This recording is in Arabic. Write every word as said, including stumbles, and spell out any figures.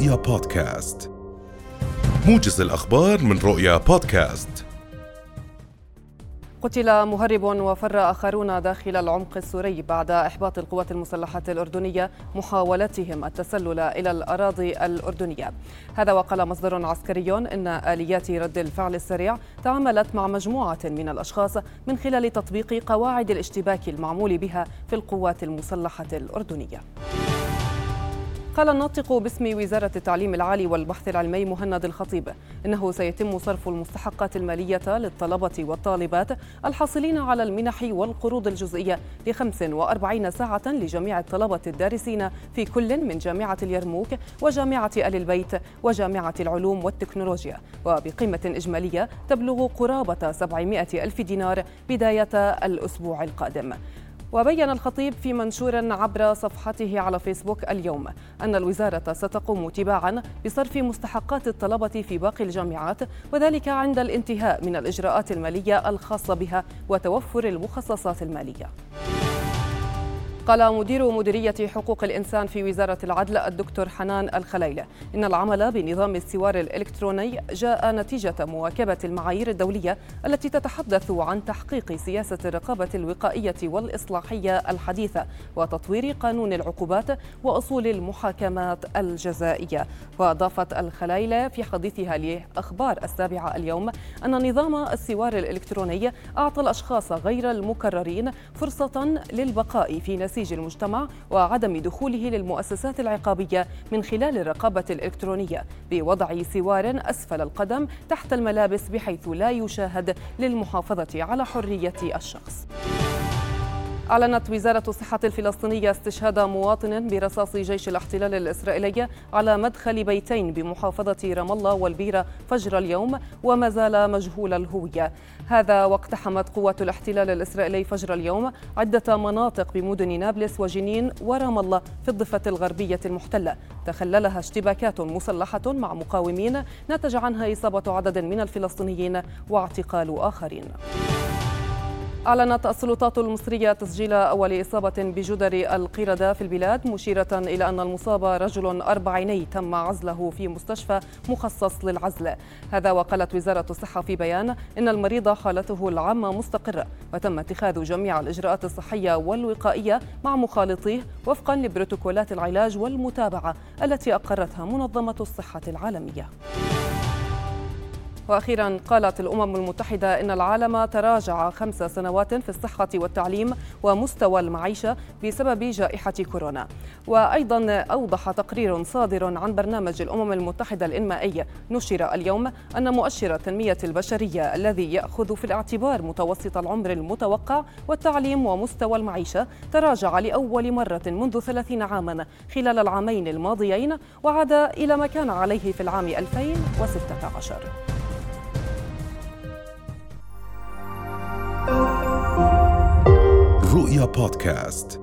رؤيا بودكاست، موجز الأخبار من رؤيا بودكاست. قتل مهرب وفر آخرون داخل العمق السوري بعد إحباط القوات المسلحة الأردنية محاولتهم التسلل إلى الأراضي الأردنية. هذا وقال مصدر عسكري إن آليات رد الفعل السريع تعاملت مع مجموعة من الأشخاص من خلال تطبيق قواعد الاشتباك المعمول بها في القوات المسلحة الأردنية. قال الناطق باسم وزارة التعليم العالي والبحث العلمي مهند الخطيب إنه سيتم صرف المستحقات المالية للطلبة والطالبات الحاصلين على المنح والقروض الجزئية لخمس وأربعين ساعة لجميع الطلبة الدارسين في كل من جامعة اليرموك وجامعة آل البيت وجامعة العلوم والتكنولوجيا، وبقيمة إجمالية تبلغ قرابة سبعمائة ألف دينار بداية الأسبوع القادم. وبيّن الخطيب في منشور عبر صفحته على فيسبوك اليوم أن الوزارة ستقوم تباعاً بصرف مستحقات الطلبة في باقي الجامعات، وذلك عند الانتهاء من الإجراءات المالية الخاصة بها وتوفر المخصصات المالية. قال مدير مديرية حقوق الإنسان في وزارة العدل الدكتور حنان الخليل إن العمل بنظام السوار الإلكتروني جاء نتيجة مواكبة المعايير الدولية التي تتحدث عن تحقيق سياسة الرقابة الوقائية والإصلاحية الحديثة وتطوير قانون العقوبات وأصول المحاكمات الجزائية. وأضافت الخليل في حديثها لأخبار السابعة اليوم أن نظام السوار الإلكتروني أعطى الأشخاص غير المكررين فرصة للبقاء في نسيج المجتمع وعدم دخوله للمؤسسات العقابية من خلال الرقابة الإلكترونية بوضع سوار أسفل القدم تحت الملابس بحيث لا يشاهد للمحافظة على حرية الشخص. أعلنت وزارة الصحة الفلسطينية استشهاد مواطن برصاص جيش الاحتلال الإسرائيلي على مدخل بيتين بمحافظة رام الله والبيرة فجر اليوم وما زال مجهول الهوية. هذا واقتحمت قوات الاحتلال الإسرائيلي فجر اليوم عدة مناطق بمدن نابلس وجنين ورام الله في الضفة الغربية المحتلة تخللها اشتباكات مسلحة مع مقاومين نتج عنها إصابة عدد من الفلسطينيين واعتقال آخرين. أعلنت السلطات المصرية تسجيل أول إصابة بجدر القردة في البلاد، مشيرة إلى أن المصاب رجل أربعيني تم عزله في مستشفى مخصص للعزل. هذا وقالت وزارة الصحة في بيان إن المريض حالته العامة مستقرة وتم اتخاذ جميع الإجراءات الصحية والوقائية مع مخالطيه وفقا لبروتوكولات العلاج والمتابعة التي أقرتها منظمة الصحة العالمية. وأخيرا قالت الأمم المتحدة إن العالم تراجع خمس سنوات في الصحة والتعليم ومستوى المعيشة بسبب جائحة كورونا. وأيضا أوضح تقرير صادر عن برنامج الأمم المتحدة الإنمائي نشر اليوم أن مؤشر التنمية البشرية الذي يأخذ في الاعتبار متوسط العمر المتوقع والتعليم ومستوى المعيشة تراجع لأول مرة منذ ثلاثين عاما خلال العامين الماضيين وعاد إلى ما كان عليه في العام ألفين وستة عشر. رؤيا بودكاست.